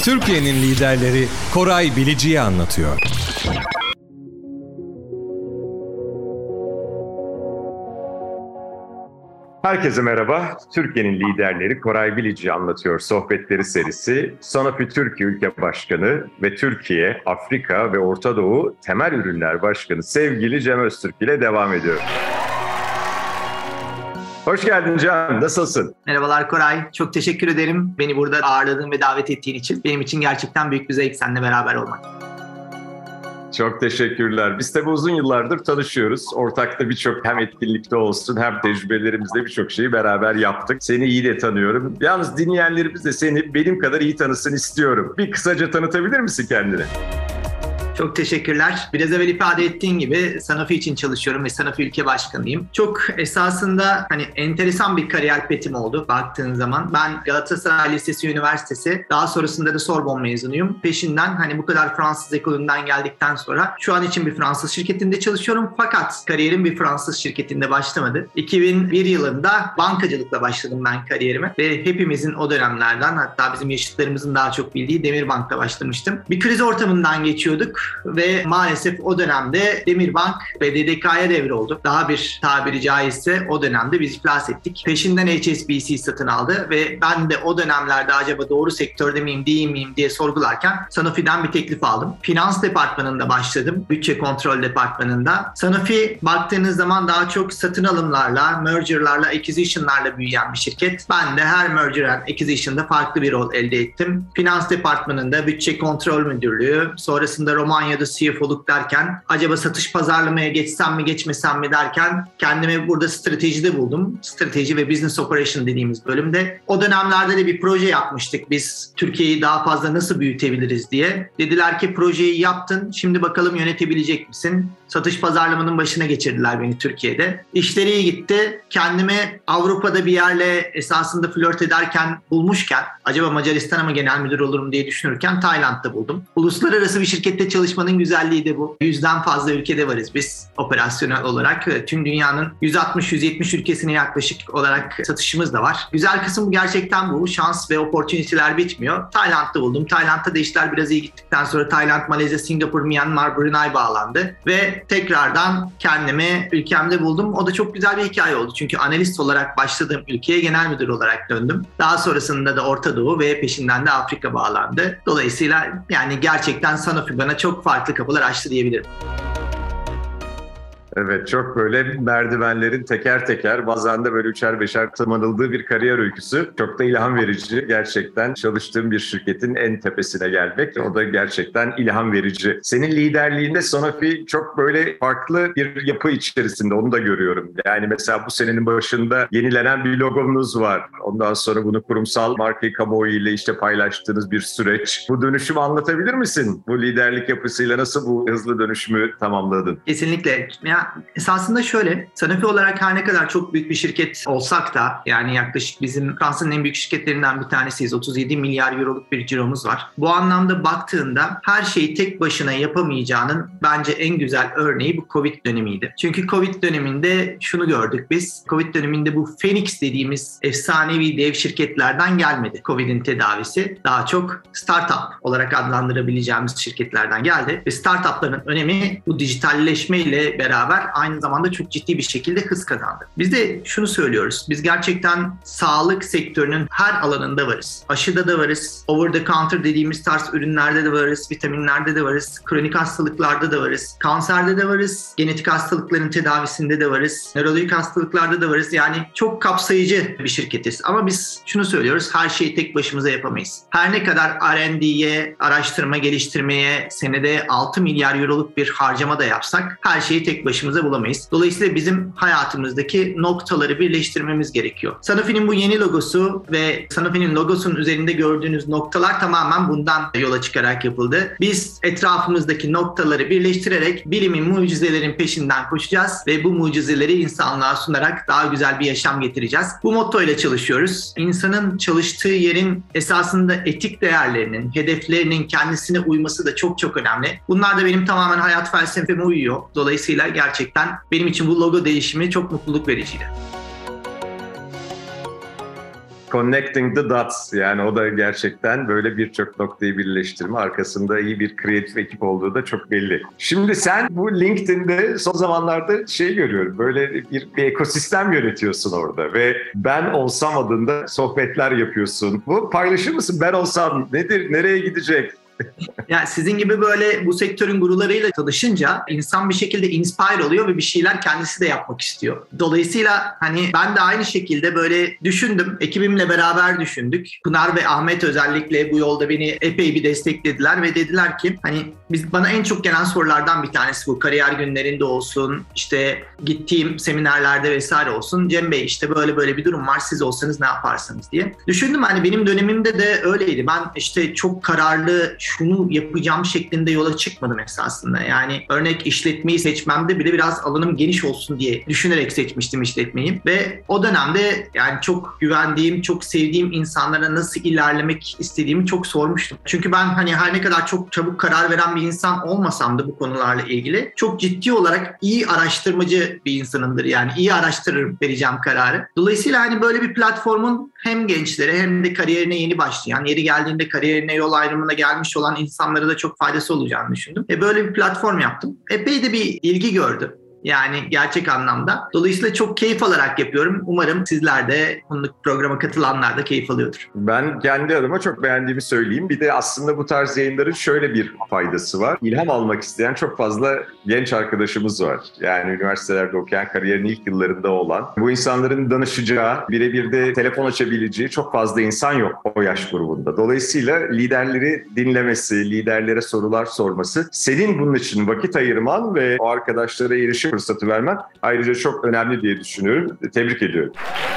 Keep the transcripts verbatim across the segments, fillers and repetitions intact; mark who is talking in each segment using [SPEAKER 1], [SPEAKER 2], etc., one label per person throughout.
[SPEAKER 1] Türkiye'nin liderleri Koray Bilici'yi anlatıyor.
[SPEAKER 2] Herkese merhaba. Türkiye'nin liderleri Koray Bilici anlatıyor sohbetleri serisi. Sanofi Türkiye Ülke Başkanı ve Türkiye, Afrika ve Orta Doğu Temel Ürünler Başkanı sevgili Cem Öztürk ile devam ediyor. Hoş geldin Cem, nasılsın?
[SPEAKER 3] Merhabalar Koray, çok teşekkür ederim beni burada ağırladığın ve davet ettiğin için. Benim için gerçekten büyük bir zevk seninle beraber olmak.
[SPEAKER 2] Çok teşekkürler. Biz tabii uzun yıllardır tanışıyoruz. Ortakta birçok hem etkinlikte olsun hem tecrübelerimizde birçok şeyi beraber yaptık. Seni iyi de tanıyorum. Yalnız dinleyenlerimiz de seni benim kadar iyi tanısın istiyorum. Bir kısaca tanıtabilir misin kendini?
[SPEAKER 3] Çok teşekkürler. Biraz evvel ifade ettiğin gibi Sanofi için çalışıyorum ve Sanofi Ülke Başkanıyım. Çok esasında hani enteresan bir kariyer petim oldu baktığın zaman. Ben Galatasaray Lisesi Üniversitesi, daha sonrasında da Sorbonne mezunuyum. Peşinden hani bu kadar Fransız ekolünden geldikten sonra şu an için bir Fransız şirketinde çalışıyorum. Fakat kariyerim bir Fransız şirketinde başlamadı. iki bin bir yılında bankacılıkla başladım ben kariyerime ve hepimizin o dönemlerden, hatta bizim yaşıtlarımızın daha çok bildiği Demirbank'ta başlamıştım. Bir kriz ortamından geçiyorduk. Ve maalesef o dönemde Demirbank B D D K'ya devroldu. Daha bir tabiri caizse o dönemde biz iflas ettik. Peşinden H S B C satın aldı ve ben de o dönemlerde acaba doğru sektörde miyim değil miyim diye sorgularken Sanofi'den bir teklif aldım. Finans departmanında başladım. Bütçe kontrol departmanında. Sanofi baktığınız zaman daha çok satın alımlarla, mergerlarla, acquisitionlarla büyüyen bir şirket. Ben de her merger and acquisition'da farklı bir rol elde ettim. Finans departmanında bütçe kontrol müdürlüğü, sonrasında Roma Romanya'da C F O'luk derken acaba satış pazarlamaya geçsem mi geçmesem mi derken kendimi burada stratejide buldum. Strateji ve Business Operation dediğimiz bölümde. O dönemlerde de bir proje yapmıştık biz. Türkiye'yi daha fazla nasıl büyütebiliriz diye. Dediler ki projeyi yaptın, şimdi bakalım yönetebilecek misin? Satış pazarlamanın başına geçirdiler beni Türkiye'de. İşleri iyi gitti. Kendimi Avrupa'da bir yerle esasında flört ederken bulmuşken, acaba Macaristan'a mı genel müdür olurum diye düşünürken Tayland'da buldum. Uluslararası bir şirkette çalışmanın güzelliği de bu. Yüzden fazla ülkede varız biz operasyonel olarak. Tüm dünyanın yüz altmış yüz yetmiş ülkesine yaklaşık olarak satışımız da var. Güzel kısım gerçekten bu. Şans ve opportunity'ler bitmiyor. Tayland'da buldum. Tayland'da da işler biraz iyi gittikten sonra Tayland, Malezya, Singapur, Myanmar, Brunei bağlandı. Ve tekrardan kendimi ülkemde buldum. O da çok güzel bir hikaye oldu. Çünkü analist olarak başladığım ülkeye genel müdür olarak döndüm. Daha sonrasında da Orta Doğu ve peşinden de Afrika bağlandı. Dolayısıyla yani gerçekten Sanofi bana çok farklı kapılar açtı diyebilirim.
[SPEAKER 2] Evet, çok böyle merdivenlerin teker teker, bazen de böyle üçer beşer tırmanıldığı bir kariyer öyküsü. Çok da ilham verici. Gerçekten çalıştığım bir şirketin en tepesine gelmek, o da gerçekten ilham verici. Senin liderliğinde Sanofi çok böyle farklı bir yapı içerisinde, onu da görüyorum. Yani mesela bu senenin başında yenilenen bir logonuz var. Ondan sonra bunu kurumsal markayı kamuoyu ile işte paylaştığınız bir süreç. Bu dönüşümü anlatabilir misin? Bu liderlik yapısıyla nasıl bu hızlı dönüşümü tamamladın?
[SPEAKER 3] Kesinlikle. Ya esasında şöyle, Sanofi olarak her ne kadar çok büyük bir şirket olsak da, yani yaklaşık bizim Fransa'nın en büyük şirketlerinden bir tanesiyiz. otuz yedi milyar euroluk bir ciromuz var. Bu anlamda baktığında her şeyi tek başına yapamayacağının bence en güzel örneği bu Covid dönemiydi. Çünkü Covid döneminde şunu gördük biz. Covid döneminde bu Phoenix dediğimiz efsanevi dev şirketlerden gelmedi Covid'in tedavisi. Daha çok startup olarak adlandırabileceğimiz şirketlerden geldi. Ve startupların önemi bu dijitalleşme ile beraber aynı zamanda çok ciddi bir şekilde hız kazandı. Biz de şunu söylüyoruz. Biz gerçekten sağlık sektörünün her alanında varız. Aşıda da varız. Over the counter dediğimiz tarz ürünlerde de varız. Vitaminlerde de varız. Kronik hastalıklarda da varız. Kanserde de varız. Genetik hastalıkların tedavisinde de varız. Nörolojik hastalıklarda da varız. Yani çok kapsayıcı bir şirketiz. Ama biz şunu söylüyoruz. Her şeyi tek başımıza yapamayız. Her ne kadar R and D'ye, araştırma geliştirmeye senede altı milyar euroluk bir harcama da yapsak her şeyi tek başımıza bulamayız. Dolayısıyla bizim hayatımızdaki noktaları birleştirmemiz gerekiyor. Sanofi'nin bu yeni logosu ve Sanofi'nin logosunun üzerinde gördüğünüz noktalar tamamen bundan yola çıkarak yapıldı. Biz etrafımızdaki noktaları birleştirerek bilimin, mucizelerin peşinden koşacağız ve bu mucizeleri insanlığa sunarak daha güzel bir yaşam getireceğiz. Bu motto ile çalışıyoruz. İnsanın çalıştığı yerin esasında etik değerlerinin, hedeflerinin kendisine uyması da çok çok önemli. Bunlar da benim tamamen hayat felsefeme uyuyor. Dolayısıyla gerçekten benim için bu logo değişimi çok mutluluk vericiydi.
[SPEAKER 2] Connecting the dots, yani o da gerçekten böyle birçok noktayı birleştirme, arkasında iyi bir kreatif ekip olduğu da çok belli. Şimdi sen bu LinkedIn'de son zamanlarda şey görüyorum, böyle bir, bir ekosistem yönetiyorsun orada ve ben olsam adında sohbetler yapıyorsun. Bu paylaşır mısın? Ben olsam nedir, nereye gidecek?
[SPEAKER 3] Yani sizin gibi böyle bu sektörün gurularıyla çalışınca insan bir şekilde inspire oluyor ve bir şeyler kendisi de yapmak istiyor. Dolayısıyla hani ben de aynı şekilde böyle düşündüm. Ekibimle beraber düşündük. Pınar ve Ahmet özellikle bu yolda beni epey bir desteklediler ve dediler ki hani biz, bana en çok gelen sorulardan bir tanesi bu. Kariyer günlerinde olsun, işte gittiğim seminerlerde vesaire olsun. Cem Bey işte böyle böyle bir durum var. Siz olsanız ne yaparsınız diye. Düşündüm, hani benim dönemimde de öyleydi. Ben işte çok kararlı, şunu yapacağım şeklinde yola çıkmadım esasında. Yani örnek işletmeyi seçmemde bile biraz alanım geniş olsun diye düşünerek seçmiştim işletmeyi. Ve o dönemde yani çok güvendiğim, çok sevdiğim insanlara nasıl ilerlemek istediğimi çok sormuştum. Çünkü ben hani her ne kadar çok çabuk karar veren bir insan olmasam da bu konularla ilgili çok ciddi olarak iyi araştırmacı bir insanımdır. Yani iyi araştırırım vereceğim kararı. Dolayısıyla hani böyle bir platformun hem gençlere hem de kariyerine yeni başlayan, yeri geldiğinde kariyerine yol ayrımına gelmiş olan insanlara da çok faydası olacağını düşündüm. E böyle bir platform yaptım. Epey de bir ilgi gördü. Yani gerçek anlamda. Dolayısıyla çok keyif alarak yapıyorum. Umarım sizler de bu programa katılanlar da keyif alıyordur.
[SPEAKER 2] Ben kendi adıma çok beğendiğimi söyleyeyim. Bir de aslında bu tarz yayınların şöyle bir faydası var. İlham almak isteyen çok fazla genç arkadaşımız var. Yani üniversitelerde okuyan, kariyerin ilk yıllarında olan. Bu insanların danışacağı, birebir de telefon açabileceği çok fazla insan yok o yaş grubunda. Dolayısıyla liderleri dinlemesi, liderlere sorular sorması, senin bunun için vakit ayırman ve o arkadaşlara erişim fırsatı vermen ayrıca çok önemli diye düşünüyorum. Tebrik ediyorum.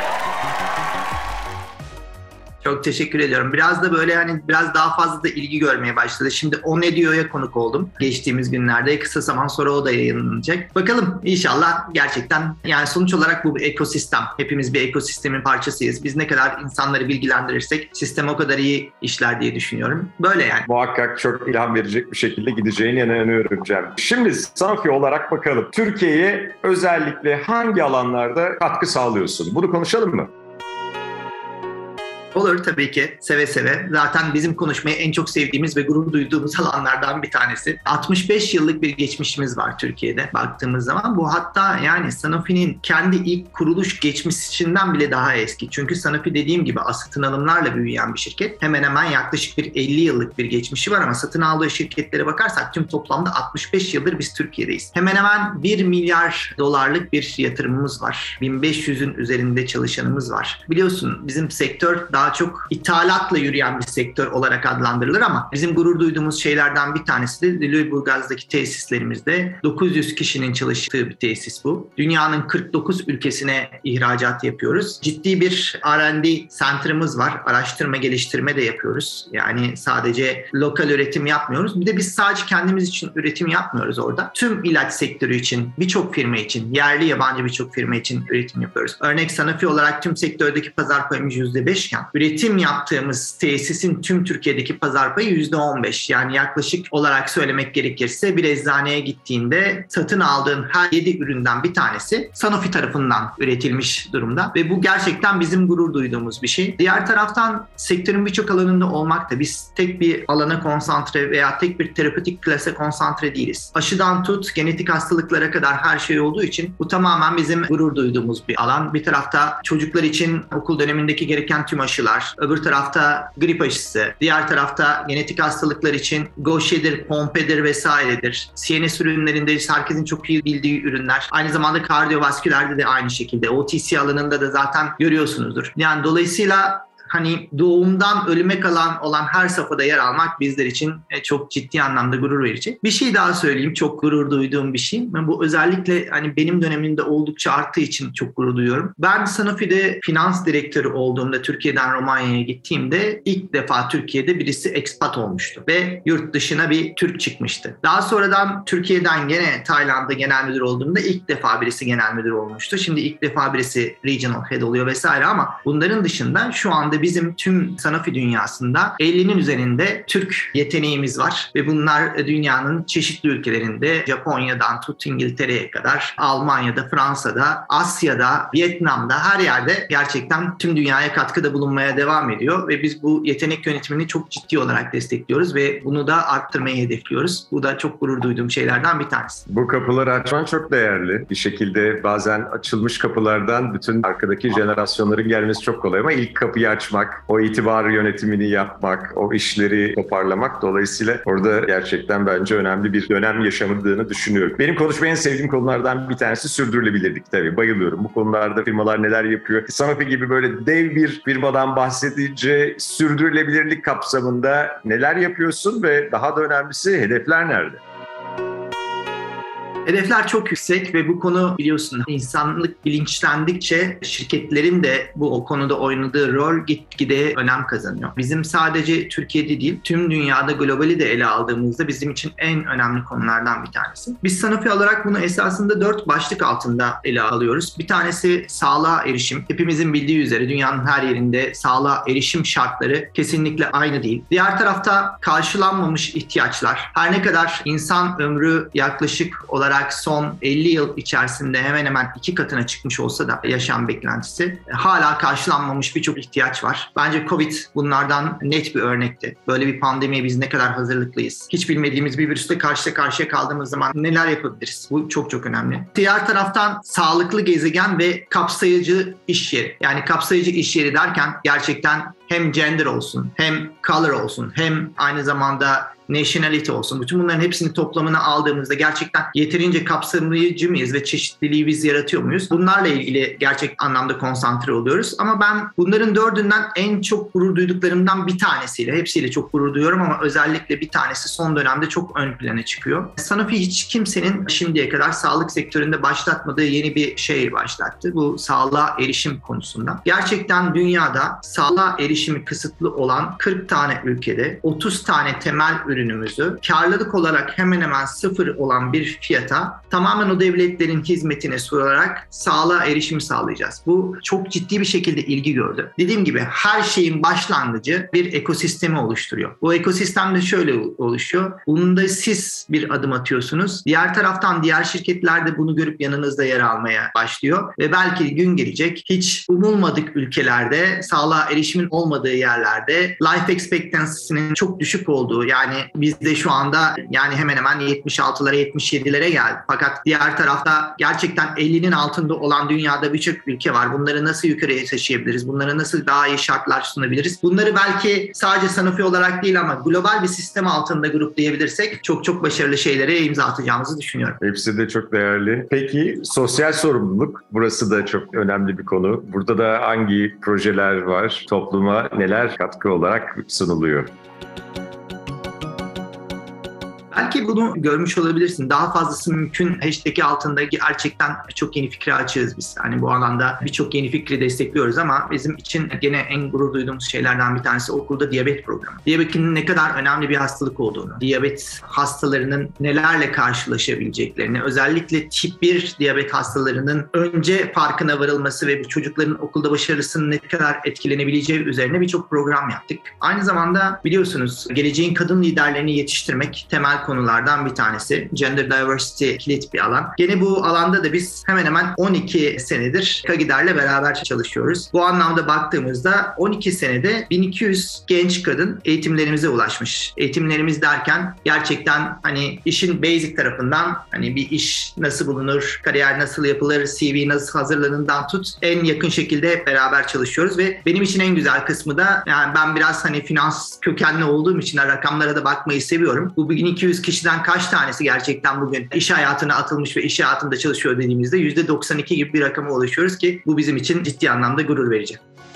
[SPEAKER 3] Çok teşekkür ediyorum. Biraz da böyle hani biraz daha fazla da ilgi görmeye başladı. Şimdi O Ne Diyor'ya konuk oldum geçtiğimiz günlerde. Kısa zaman sonra o da yayınlanacak. Bakalım inşallah gerçekten yani sonuç olarak bu bir ekosistem. Hepimiz bir ekosistemin parçasıyız. Biz ne kadar insanları bilgilendirirsek sistem o kadar iyi işler diye düşünüyorum. Böyle yani.
[SPEAKER 2] Muhakkak çok ilham verecek bir şekilde gideceğine inanıyorum Cem. Şimdi Sanofi olarak bakalım. Türkiye'ye özellikle hangi alanlarda katkı sağlıyorsun? Bunu konuşalım mı?
[SPEAKER 3] Olur tabii ki. Seve seve. Zaten bizim konuşmayı en çok sevdiğimiz ve gurur duyduğumuz alanlardan bir tanesi. altmış beş yıllık bir geçmişimiz var Türkiye'de baktığımız zaman. Bu hatta yani Sanofi'nin kendi ilk kuruluş geçmişinden bile daha eski. Çünkü Sanofi dediğim gibi satın alımlarla büyüyen bir şirket. Hemen hemen yaklaşık bir elli yıllık bir geçmişi var ama satın aldığı şirketlere bakarsak tüm toplamda altmış beş yıldır biz Türkiye'deyiz. Hemen hemen bir milyar dolarlık bir yatırımımız var. bin beş yüzün üzerinde çalışanımız var. Biliyorsun bizim sektör daha çok ithalatla yürüyen bir sektör olarak adlandırılır ama bizim gurur duyduğumuz şeylerden bir tanesi de Lüleburgaz'daki tesislerimizde dokuz yüz kişinin çalıştığı bir tesis bu. Dünyanın kırk dokuz ülkesine ihracat yapıyoruz. Ciddi bir R and D center'ımız var. Araştırma geliştirme de yapıyoruz. Yani sadece lokal üretim yapmıyoruz. Bir de biz sadece kendimiz için üretim yapmıyoruz orada. Tüm ilaç sektörü için, birçok firma için, yerli yabancı birçok firma için üretim yapıyoruz. Örnek Sanofi olarak tüm sektördeki pazar payımız yüzde beş iken üretim yaptığımız tesisin tüm Türkiye'deki pazar payı yüzde on beş. Yani yaklaşık olarak söylemek gerekirse bir eczaneye gittiğinde satın aldığın her yedi üründen bir tanesi Sanofi tarafından üretilmiş durumda ve bu gerçekten bizim gurur duyduğumuz bir şey. Diğer taraftan sektörün birçok alanında olmak da biz tek bir alana konsantre veya tek bir terapötik klase konsantre değiliz. Aşıdan tut, genetik hastalıklara kadar her şey olduğu için bu tamamen bizim gurur duyduğumuz bir alan. Bir tarafta çocuklar için okul dönemindeki gereken tüm aşılar, öbür tarafta grip aşısı, diğer tarafta genetik hastalıklar için Gaucher'dir, Pompe'dir vesairedir. C N S ürünlerinde herkesin çok iyi bildiği ürünler. Aynı zamanda kardiyovaskülerde de aynı şekilde. O T C alanında da zaten görüyorsunuzdur. Yani dolayısıyla hani doğumdan ölüme kalan olan her safhada yer almak bizler için çok ciddi anlamda gurur verici. Bir şey daha söyleyeyim, çok gurur duyduğum bir şey. Bu özellikle hani benim dönemimde oldukça arttığı için çok gurur duyuyorum. Ben Sanofi'de finans direktörü olduğumda, Türkiye'den Romanya'ya gittiğimde ilk defa Türkiye'de birisi expat olmuştu ve yurt dışına bir Türk çıkmıştı. Daha sonradan Türkiye'den gene Tayland'da genel müdür olduğumda ilk defa birisi genel müdür olmuştu. Şimdi ilk defa birisi regional head oluyor vesaire ama bunların dışında şu anda anda bizim tüm Sanofi dünyasında ellinin üzerinde Türk yeteneğimiz var ve bunlar dünyanın çeşitli ülkelerinde, Japonya'dan tut İngiltere'ye kadar, Almanya'da, Fransa'da, Asya'da, Vietnam'da, her yerde gerçekten tüm dünyaya katkıda bulunmaya devam ediyor ve biz bu yetenek yönetimini çok ciddi olarak destekliyoruz ve bunu da arttırmayı hedefliyoruz. Bu da çok gurur duyduğum şeylerden bir tanesi.
[SPEAKER 2] Bu kapıları açman çok değerli. Bir şekilde bazen açılmış kapılardan bütün arkadaki jenerasyonların gelmesi çok kolay ama ilk kapıyı açmak, o itibar yönetimini yapmak, o işleri toparlamak, dolayısıyla orada gerçekten bence önemli bir dönem yaşamadığını düşünüyorum. Benim konuşmayı en sevdiğim konulardan bir tanesi sürdürülebilirlik tabii. Bayılıyorum. Bu konularda firmalar neler yapıyor? Sanofi gibi böyle dev bir firmadan bahsedince sürdürülebilirlik kapsamında neler yapıyorsun ve daha da önemlisi hedefler nerede?
[SPEAKER 3] Hedefler çok yüksek ve bu konu biliyorsun insanlık bilinçlendikçe şirketlerin de bu o konuda oynadığı rol gitgide önem kazanıyor. Bizim sadece Türkiye'de değil tüm dünyada globali de ele aldığımızda bizim için en önemli konulardan bir tanesi. Biz Sanofi olarak bunu esasında dört başlık altında ele alıyoruz. Bir tanesi sağlığa erişim. Hepimizin bildiği üzere dünyanın her yerinde sağlığa erişim şartları kesinlikle aynı değil. Diğer tarafta karşılanmamış ihtiyaçlar. Her ne kadar insan ömrü yaklaşık olarak son elli yıl içerisinde hemen hemen iki katına çıkmış olsa da yaşam beklentisi hala karşılanmamış birçok ihtiyaç var. Bence Covid bunlardan net bir örnekti. Böyle bir pandemiye biz ne kadar hazırlıklıyız? Hiç bilmediğimiz bir virüsle karşı karşıya kaldığımız zaman neler yapabiliriz? Bu çok çok önemli. Diğer taraftan sağlıklı gezegen ve kapsayıcı iş yeri. Yani kapsayıcı iş yeri derken gerçekten hem gender olsun, hem color olsun, hem aynı zamanda nationality olsun. Bütün bunların hepsini toplamına aldığımızda gerçekten yeterince kapsamlayıcı mıyız ve çeşitliliği biz yaratıyor muyuz? Bunlarla ilgili gerçek anlamda konsantre oluyoruz. Ama ben bunların dördünden en çok gurur duyduklarımdan bir tanesiyle, hepsiyle çok gurur duyuyorum ama özellikle bir tanesi son dönemde çok ön plana çıkıyor. Sanofi hiç kimsenin şimdiye kadar sağlık sektöründe başlatmadığı yeni bir şey başlattı. Bu sağlığa erişim konusunda. Gerçekten dünyada sağlığa erişimi kısıtlı olan kırk tane ülkede otuz tane temel ürün ürünümüzü karlılık olarak hemen hemen sıfır olan bir fiyata tamamen o devletlerin hizmetine sunarak sağlığa erişimi sağlayacağız. Bu çok ciddi bir şekilde ilgi gördü. Dediğim gibi her şeyin başlangıcı bir ekosistemi oluşturuyor. Bu ekosistem de şöyle oluşuyor. Bunda siz bir adım atıyorsunuz. Diğer taraftan diğer şirketler de bunu görüp yanınızda yer almaya başlıyor ve belki gün gelecek hiç umulmadık ülkelerde sağlığa erişimin olmadığı yerlerde life expectancy'sinin çok düşük olduğu, yani bizde şu anda yani hemen hemen yetmiş altılara yetmiş yedilere geldi. Fakat diğer tarafta gerçekten ellinin altında olan dünyada birçok ülke var. Bunları nasıl yukarıya taşıyabiliriz? Bunlara nasıl daha iyi şartlar sunabiliriz? Bunları belki sadece Sanofi olarak değil ama global bir sistem altında gruplayabilirsek çok çok başarılı şeylere imza atacağımızı düşünüyorum.
[SPEAKER 2] Hepsi de çok değerli. Peki sosyal sorumluluk, burası da çok önemli bir konu. Burada da hangi projeler var? Topluma neler katkı olarak sunuluyor?
[SPEAKER 3] Belki bunu görmüş olabilirsin. Daha fazlası mümkün. Hashtag'i altında gerçekten çok yeni fikre açığız biz. Hani bu alanda birçok yeni fikri destekliyoruz ama bizim için gene en gurur duyduğumuz şeylerden bir tanesi okulda diyabet programı. Diyabetin ne kadar önemli bir hastalık olduğunu, diyabet hastalarının nelerle karşılaşabileceklerini, özellikle tip bir diyabet hastalarının önce farkına varılması ve bu çocukların okulda başarısının ne kadar etkilenebileceği üzerine birçok program yaptık. Aynı zamanda biliyorsunuz geleceğin kadın liderlerini yetiştirmek temel konulardan bir tanesi. Gender diversity kilit bir alan. Gene bu alanda da biz hemen hemen on iki senedir Kagider'le beraber çalışıyoruz. Bu anlamda baktığımızda on iki senede bin iki yüz genç kadın eğitimlerimize ulaşmış. Eğitimlerimiz derken gerçekten hani işin basic tarafından hani bir iş nasıl bulunur, kariyer nasıl yapılır, C V nasıl hazırlanından tut en yakın şekilde hep beraber çalışıyoruz ve benim için en güzel kısmı da yani ben biraz hani finans kökenli olduğum için rakamlara da bakmayı seviyorum. Bu bin iki yüz kişiden kaç tanesi gerçekten bugün iş hayatına atılmış ve iş hayatında çalışıyor dediğimizde yüzde doksan iki gibi bir rakama ulaşıyoruz ki bu bizim için ciddi anlamda gurur verici.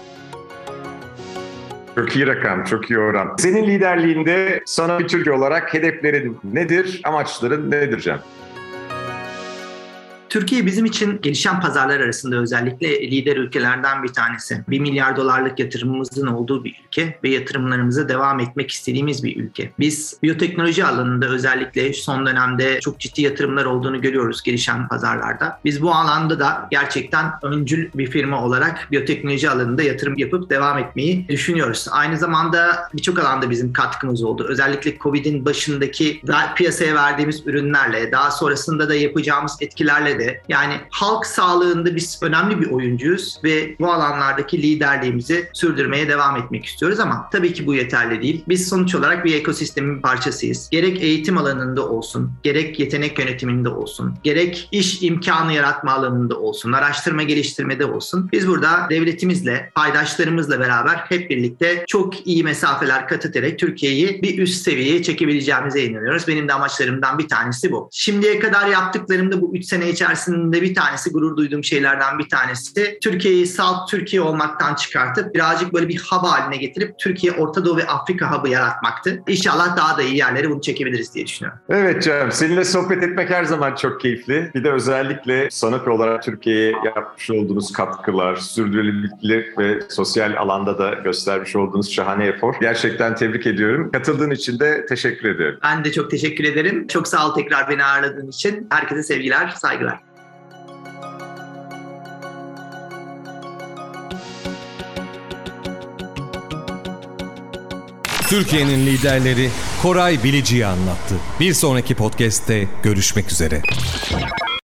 [SPEAKER 2] Çok iyi rakam, çok iyi oran. Senin liderliğinde Sanofi Türkiye olarak hedeflerin nedir, amaçların nedir Can?
[SPEAKER 3] Türkiye bizim için gelişen pazarlar arasında özellikle lider ülkelerden bir tanesi. bir milyar dolarlık yatırımımızın olduğu bir ülke ve yatırımlarımıza devam etmek istediğimiz bir ülke. Biz biyoteknoloji alanında özellikle son dönemde çok ciddi yatırımlar olduğunu görüyoruz gelişen pazarlarda. Biz bu alanda da gerçekten öncül bir firma olarak biyoteknoloji alanında yatırım yapıp devam etmeyi düşünüyoruz. Aynı zamanda birçok alanda bizim katkımız oldu. Özellikle Covid'in başındaki piyasaya verdiğimiz ürünlerle, daha sonrasında da yapacağımız etkilerle de, yani halk sağlığında biz önemli bir oyuncuyuz ve bu alanlardaki liderliğimizi sürdürmeye devam etmek istiyoruz ama tabii ki bu yeterli değil. Biz sonuç olarak bir ekosistemin parçasıyız. Gerek eğitim alanında olsun, gerek yetenek yönetiminde olsun, gerek iş imkanı yaratma alanında olsun, araştırma geliştirmede olsun. Biz burada devletimizle, paydaşlarımızla beraber hep birlikte çok iyi mesafeler kat ederek Türkiye'yi bir üst seviyeye çekebileceğimize inanıyoruz. Benim de amaçlarımdan bir tanesi bu. Şimdiye kadar yaptıklarımda bu üç sene içerisinde bir tanesi, gurur duyduğum şeylerden bir tanesi, Türkiye'yi salt Türkiye olmaktan çıkartıp birazcık böyle bir hub haline getirip Türkiye, Orta Doğu ve Afrika hub'ı yaratmaktı. İnşallah daha da iyi yerlere bunu çekebiliriz diye düşünüyorum.
[SPEAKER 2] Evet Cem, seninle sohbet etmek her zaman çok keyifli. Bir de özellikle Sanofi olarak Türkiye'ye yapmış olduğunuz katkılar, sürdürülebilirlik ve sosyal alanda da göstermiş olduğunuz şahane efor. Gerçekten tebrik ediyorum. Katıldığın için de teşekkür ediyorum.
[SPEAKER 3] Ben de çok teşekkür ederim. Çok sağ ol tekrar beni ağırladığın için. Herkese sevgiler, saygılar.
[SPEAKER 1] Türkiye'nin liderleri Koray Bilici'yi anlattı. Bir sonraki podcast'te görüşmek üzere.